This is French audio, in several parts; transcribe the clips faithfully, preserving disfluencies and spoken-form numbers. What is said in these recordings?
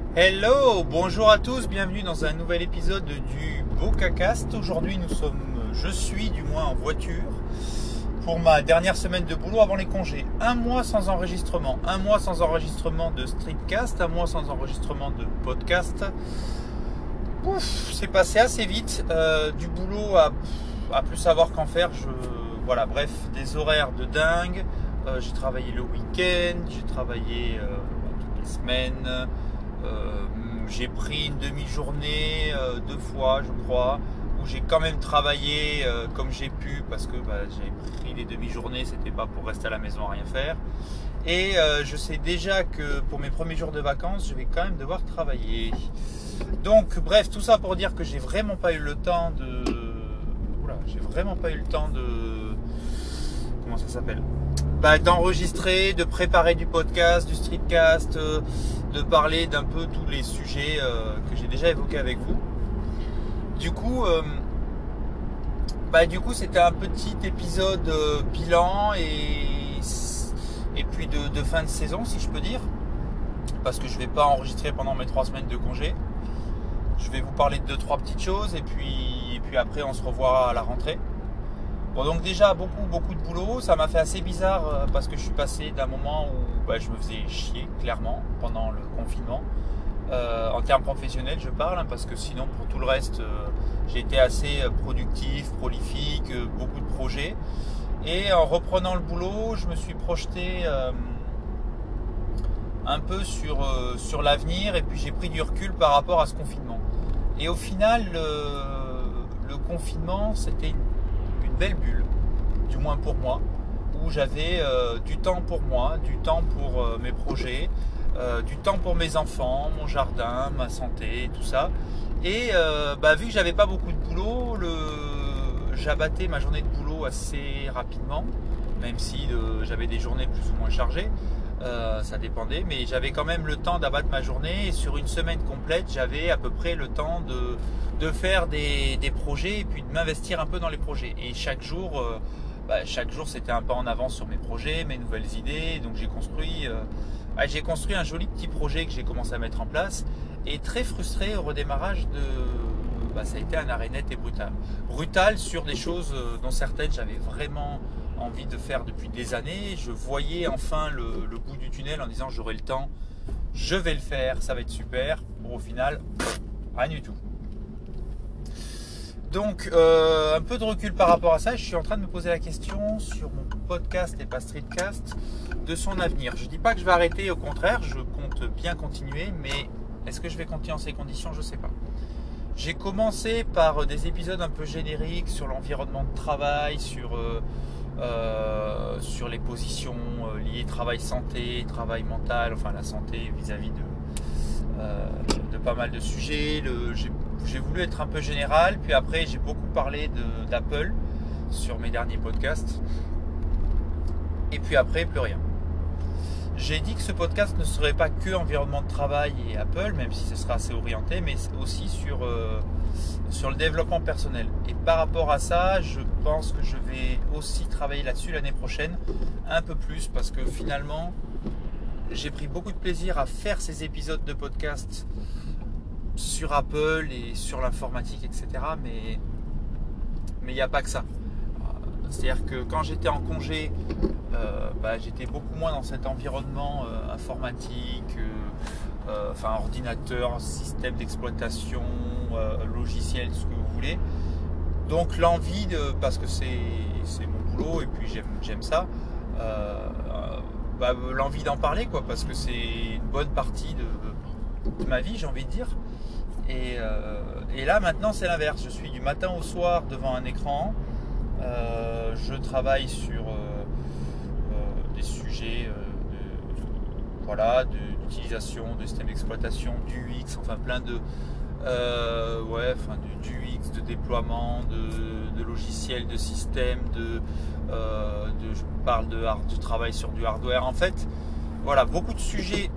Hello, bonjour à tous, bienvenue dans un nouvel épisode du BocaCast. Aujourd'hui nous sommes, je suis du moins en voiture pour ma dernière semaine de boulot avant les congés. Un mois sans enregistrement, un mois sans enregistrement de streetcast, un mois sans enregistrement de podcast. Ouf, c'est passé assez vite, euh, du boulot à, à plus savoir qu'en faire. Je, voilà, bref, des horaires de dingue. Euh, j'ai travaillé le week-end, j'ai travaillé euh, toutes les semaines. Euh, j'ai pris une demi-journée euh, deux fois, je crois, où j'ai quand même travaillé euh, comme j'ai pu parce que bah, j'ai pris les demi-journées, c'était pas pour rester à la maison à rien faire. Et euh, je sais déjà que pour mes premiers jours de vacances, je vais quand même devoir travailler. Donc, bref, tout ça pour dire que j'ai vraiment pas eu le temps de. Oula, j'ai vraiment pas eu le temps de. Comment ça s'appelle ? Bah, d'enregistrer, de préparer du podcast, du streetcast, euh, de parler d'un peu tous les sujets euh, que j'ai déjà évoqués avec vous. Du coup, euh, bah, du coup, c'était un petit épisode euh, bilan et, et puis de, de fin de saison, si je peux dire, parce que je vais pas enregistrer pendant mes trois semaines de congé. Je vais vous parler de deux, trois petites choses et puis, et puis après, on se revoit à la rentrée. Bon, donc déjà beaucoup beaucoup de boulot, ça m'a fait assez bizarre euh, parce que je suis passé d'un moment où bah, je me faisais chier clairement pendant le confinement, euh, en termes professionnels je parle, hein, parce que sinon pour tout le reste euh, j'ai été assez productif, prolifique, euh, beaucoup de projets, et en reprenant le boulot je me suis projeté euh, un peu sur, euh, sur l'avenir, et puis j'ai pris du recul par rapport à ce confinement. Et au final le, le confinement c'était une une belle bulle, du moins pour moi, où j'avais euh, du temps pour moi, du temps pour euh, mes projets, euh, du temps pour mes enfants, mon jardin, ma santé, tout ça. Et euh, bah, vu que j'avais pas beaucoup de boulot, le... j'abattais ma journée de boulot assez rapidement, même si euh, j'avais des journées plus ou moins chargées. Euh, ça dépendait, mais j'avais quand même le temps d'abattre ma journée, et sur une semaine complète j'avais à peu près le temps de, de faire des, des projets et puis de m'investir un peu dans les projets. Et chaque jour euh, bah, chaque jour c'était un pas en avance sur mes projets, mes nouvelles idées. Donc j'ai construit euh, bah, j'ai construit un joli petit projet que j'ai commencé à mettre en place, et très frustré au redémarrage de bah, ça a été un arrêt net et brutal brutal sur des choses dont certaines j'avais vraiment envie de faire depuis des années. Je voyais enfin le, le bout du tunnel en disant j'aurai le temps, je vais le faire, ça va être super. Bon, au final, rien du tout. Donc euh, un peu de recul par rapport à ça, je suis en train de me poser la question sur mon podcast et pas streetcast de son avenir. Je dis pas que je vais arrêter, au contraire, je compte bien continuer, mais est-ce que je vais continuer en ces conditions? Je sais pas. J'ai commencé par des épisodes un peu génériques sur l'environnement de travail, sur euh, Euh, sur les positions euh, liées travail-santé, travail mental, enfin la santé vis-à-vis de, euh, de pas mal de sujets. Le, j'ai, j'ai voulu être un peu général, puis après j'ai beaucoup parlé de, d'Apple sur mes derniers podcasts, et puis après plus rien. J'ai dit que ce podcast ne serait pas que environnement de travail et Apple, même si ce sera assez orienté, mais aussi sur, euh, sur le développement personnel. Et par rapport à ça, je pense que je vais aussi travailler là-dessus l'année prochaine, un peu plus, parce que finalement, j'ai pris beaucoup de plaisir à faire ces épisodes de podcast sur Apple et sur l'informatique, et cetera. Mais mais il n'y a pas que ça. C'est-à-dire que quand j'étais en congé, euh, bah, j'étais beaucoup moins dans cet environnement euh, informatique, euh, euh, enfin ordinateur, système d'exploitation, euh, logiciel, ce que vous voulez. Donc l'envie, de, parce que c'est, c'est mon boulot et puis j'aime, j'aime ça, euh, bah, l'envie d'en parler, quoi, parce que c'est une bonne partie de, de ma vie, j'ai envie de dire. Et, euh, et là maintenant c'est l'inverse, je suis du matin au soir devant un écran. Euh, je travaille sur euh, euh, des sujets euh, de, voilà, de, d'utilisation, de système d'exploitation, du U X, enfin plein de, euh, ouais, enfin du, du U X, de déploiement, de, de logiciels, de systèmes, de, euh, de, je parle de, hard, de travail sur du hardware. En fait, voilà, beaucoup de sujets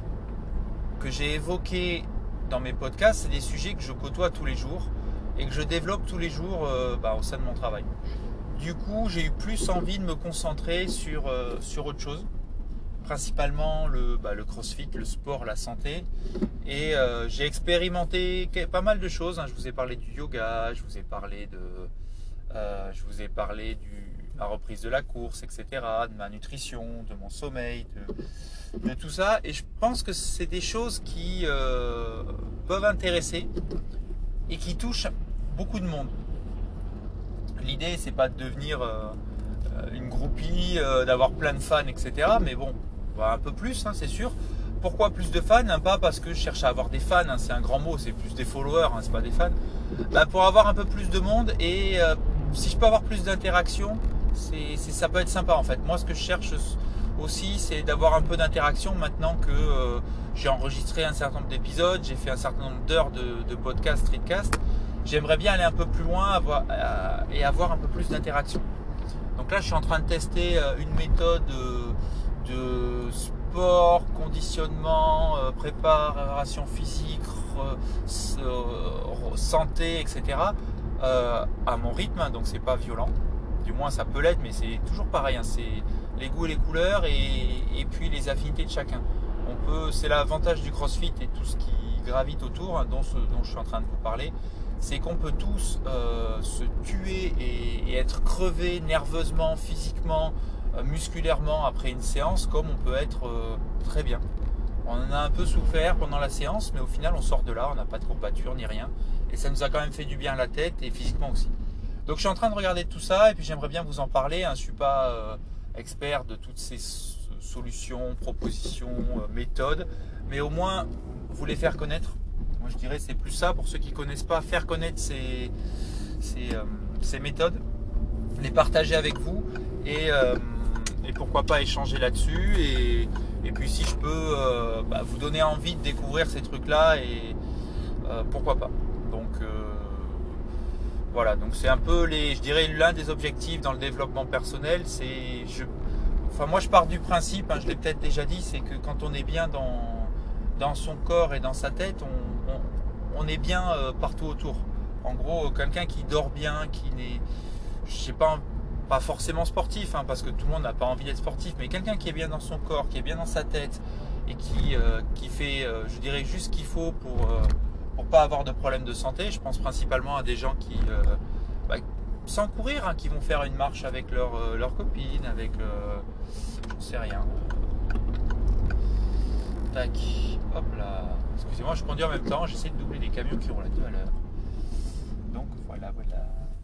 que j'ai évoqués dans mes podcasts, c'est des sujets que je côtoie tous les jours et que je développe tous les jours euh, bah, au sein de mon travail. Du coup, j'ai eu plus envie de me concentrer sur, euh, sur autre chose. principalement le, bah, le crossfit, le sport, la santé. Et euh, j'ai expérimenté pas mal de choses. Hein. Je vous ai parlé du yoga, je vous ai parlé de, euh, je vous ai parlé de la reprise de la course, et cetera, de ma nutrition, de mon sommeil, de, de tout ça. Et je pense que c'est des choses qui euh, peuvent intéresser et qui touchent beaucoup de monde. L'idée, c'est pas de devenir euh, une groupie, euh, d'avoir plein de fans, et cetera. Mais bon, bah, un peu plus, hein, c'est sûr. Pourquoi plus de fans, hein? Pas parce que je cherche à avoir des fans, hein, c'est un grand mot, c'est plus des followers, hein, c'est pas des fans. Bah, pour avoir un peu plus de monde et euh, si je peux avoir plus d'interaction, c'est, c'est, ça peut être sympa en fait. Moi, ce que je cherche aussi, c'est d'avoir un peu d'interaction maintenant que euh, j'ai enregistré un certain nombre d'épisodes, j'ai fait un certain nombre d'heures de, de podcast, streetcast. J'aimerais bien aller un peu plus loin avoir, euh, et avoir un peu plus d'interaction. Donc là, je suis en train de tester une méthode de sport, conditionnement, préparation physique, santé, et cetera euh, à mon rythme, donc c'est pas violent. Du moins, ça peut l'être, mais c'est toujours pareil. Hein, c'est les goûts et les couleurs et, et puis les affinités de chacun. On peut, c'est l'avantage du CrossFit et tout ce qui gravite autour, hein, dont, ce, dont je suis en train de vous parler. C'est qu'on peut tous euh, se tuer et, et être crevé nerveusement, physiquement, euh, musculairement après une séance, comme on peut être euh, très bien. On en a un peu souffert pendant la séance, mais au final on sort de là, on n'a pas de courbature ni rien. Et ça nous a quand même fait du bien à la tête et physiquement aussi. Donc je suis en train de regarder tout ça et puis j'aimerais bien vous en parler. Hein. Je ne suis pas euh, expert de toutes ces solutions, propositions, euh, méthodes, mais au moins vous les faire connaître. Moi je dirais c'est plus ça pour ceux qui ne connaissent pas, faire connaître ces, ces, euh, ces méthodes, les partager avec vous et, euh, et pourquoi pas échanger là-dessus et, et puis si je peux euh, bah, vous donner envie de découvrir ces trucs-là et euh, pourquoi pas. Donc euh, voilà, donc c'est un peu les, je dirais l'un des objectifs dans le développement personnel, c'est, je, enfin moi je pars du principe, hein, je l'ai peut-être déjà dit, c'est que quand on est bien dans dans son corps et dans sa tête, on, on, on est bien euh, partout autour. En gros, quelqu'un qui dort bien, qui n'est, je sais pas, pas forcément sportif, hein, parce que tout le monde n'a pas envie d'être sportif, mais quelqu'un qui est bien dans son corps, qui est bien dans sa tête et qui, euh, qui fait, euh, je dirais, juste ce qu'il faut pour euh, pour pas avoir de problème de santé. Je pense principalement à des gens qui, euh, bah, sans courir, hein, qui vont faire une marche avec leur, euh, leur copine, avec, euh, je ne sais rien. Tac, hop là. Excusez-moi, je conduis en même temps. J'essaie de doubler des camions qui roulent à deux à l'heure. Donc voilà, voilà.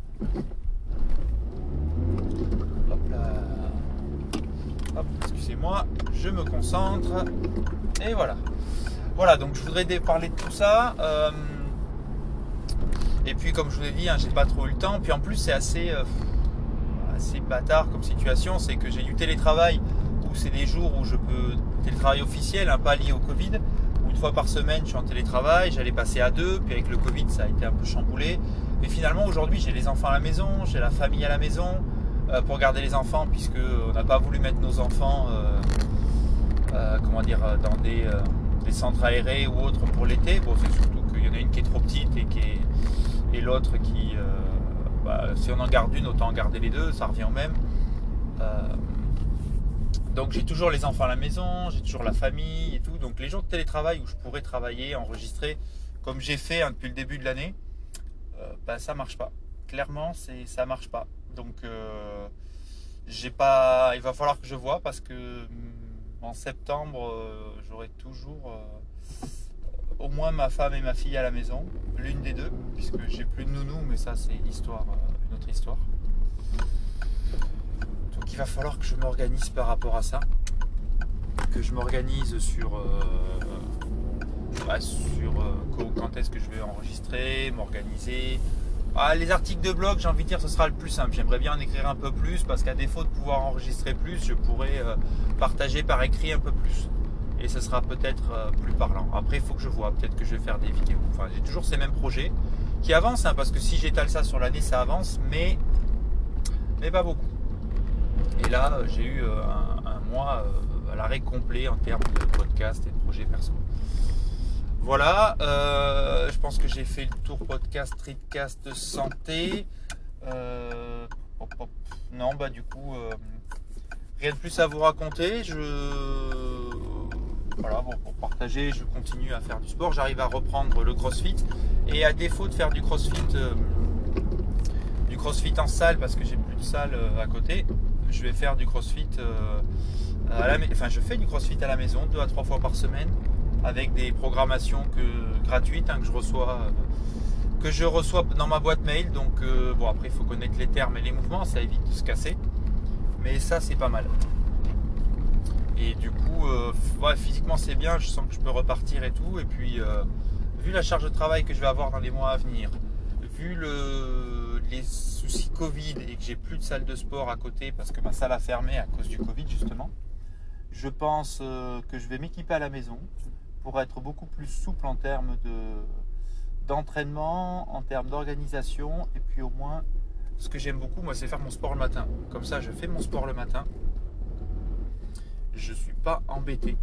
Hop là. Hop, excusez-moi, je me concentre. Et voilà. Voilà, donc je voudrais parler de tout ça. Euh, et puis, comme je vous l'ai dit, hein, j'ai pas trop eu le temps. Puis en plus, c'est assez, euh, assez bâtard comme situation. C'est que j'ai du télétravail où c'est des jours où je peux. Télétravail officiel, hein, pas lié au Covid. Où une fois par semaine, je suis en télétravail. J'allais passer à deux. Puis avec le Covid, ça a été un peu chamboulé. Mais finalement, aujourd'hui, j'ai les enfants à la maison. J'ai la famille à la maison euh, pour garder les enfants, puisqu'on n'a pas voulu mettre nos enfants, euh, euh, comment dire, dans des. Euh, des centres aérés ou autres pour l'été. Bon, c'est surtout qu'il y en a une qui est trop petite et, qui est, et l'autre qui, euh, bah, si on en garde une, autant en garder les deux, ça revient au même. Euh, donc j'ai toujours les enfants à la maison, j'ai toujours la famille et tout. Donc les jours de télétravail où je pourrais travailler, enregistrer, comme j'ai fait hein, depuis le début de l'année, euh, bah, ça marche pas. Clairement, c'est, ça marche pas. Donc euh, j'ai pas, il va falloir que je vois parce que en septembre, euh, j'aurai toujours euh, au moins ma femme et ma fille à la maison, l'une des deux, puisque j'ai plus de nounou, mais ça c'est une histoire, euh, une autre histoire. Donc il va falloir que je m'organise par rapport à ça, que je m'organise sur, euh, bah, sur euh, quand est-ce que je vais enregistrer, m'organiser. Ah, les articles de blog, j'ai envie de dire, ce sera le plus simple. J'aimerais bien en écrire un peu plus parce qu'à défaut de pouvoir enregistrer plus, je pourrais euh, partager par écrit un peu plus. Et ce sera peut-être euh, plus parlant. Après, il faut que je vois. Peut-être que je vais faire des vidéos. Enfin, j'ai toujours ces mêmes projets qui avancent, hein, parce que si j'étale ça sur l'année, ça avance, mais, mais pas beaucoup. Et là, j'ai eu euh, un, un mois euh, à l'arrêt complet en termes de podcast et de projets perso. Voilà, euh, je pense que j'ai fait le tour podcast, streetcast, santé. Euh, hop, hop. Non, bah du coup, euh, Rien de plus à vous raconter. Je voilà, bon, pour partager, je continue à faire du sport. J'arrive à reprendre le crossfit. Et à défaut de faire du crossfit, euh, du crossfit en salle, parce que j'ai plus de salle euh, à côté, je vais faire du crossfit euh, à la, enfin, je fais du crossfit à la maison, deux à trois fois par semaine, avec des programmations que, gratuites hein, que je reçois. Euh, que je reçois dans ma boîte mail. Donc euh, bon, après il faut connaître les termes et les mouvements, ça évite de se casser. Mais ça c'est pas mal. Et du coup, euh, ouais, physiquement c'est bien, je sens que je peux repartir et tout. Et puis euh, vu la charge de travail que je vais avoir dans les mois à venir, vu le, les soucis Covid et que j'ai plus de salle de sport à côté parce que ma salle a fermé à cause du Covid justement, je pense euh, que je vais m'équiper à la maison pour être beaucoup plus souple en termes de d'entraînement, en termes d'organisation, et puis au moins ce que j'aime beaucoup moi c'est faire mon sport le matin. Comme ça je fais mon sport le matin, je suis pas embêté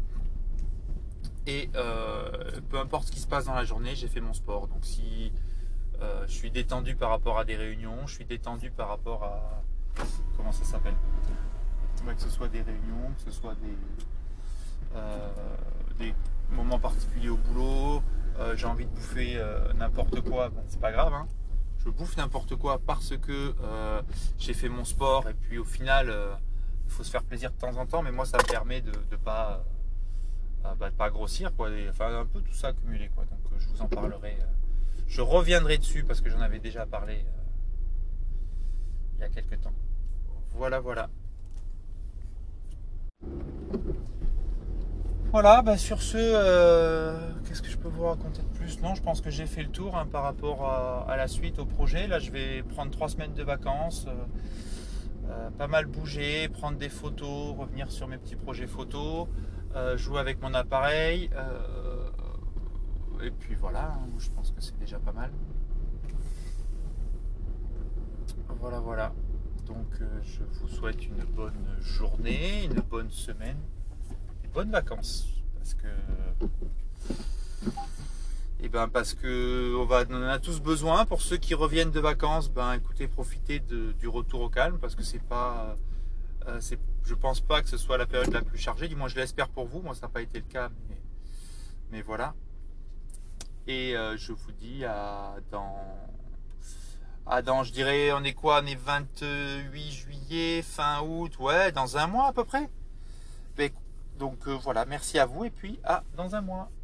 et euh, peu importe ce qui se passe dans la journée, j'ai fait mon sport. Donc si euh, je suis détendu par rapport à des réunions, je suis détendu par rapport à comment ça s'appelle, ouais, que ce soit des réunions, que ce soit des euh, des moments particuliers au boulot. Euh, j'ai envie de bouffer euh, n'importe quoi, ben, c'est pas grave, hein. Je bouffe n'importe quoi parce que euh, j'ai fait mon sport et puis au final euh, il faut se faire plaisir de temps en temps, mais moi ça me permet de ne pas, euh, bah, de pas grossir quoi, et, enfin un peu tout ça accumulé quoi. Donc euh, je vous en parlerai, euh, je reviendrai dessus parce que j'en avais déjà parlé euh, il y a quelques temps. Voilà voilà. Voilà, bah sur ce, euh, qu'est-ce que je peux vous raconter de plus? Non, je pense que j'ai fait le tour hein, par rapport à, à la suite, au projet. Là, je vais prendre trois semaines de vacances, euh, euh, pas mal bouger, prendre des photos, revenir sur mes petits projets photos, euh, jouer avec mon appareil. Euh, et puis voilà, hein, je pense que c'est déjà pas mal. Voilà, voilà. Donc, euh, je vous souhaite une bonne journée, une bonne semaine. Bonnes vacances parce que et ben parce que on va on en a tous besoin. Pour ceux qui reviennent de vacances, ben écoutez, profitez de, du retour au calme parce que c'est pas euh, c'est je pense pas que ce soit la période la plus chargée, du moins je l'espère pour vous. Moi ça n'a pas été le cas, mais, mais voilà. Et euh, je vous dis à dans à dans je dirais on est quoi, on est vingt-huit juillet, fin août, ouais, dans un mois à peu près. Ben, donc euh, voilà, merci à vous et puis à dans un mois.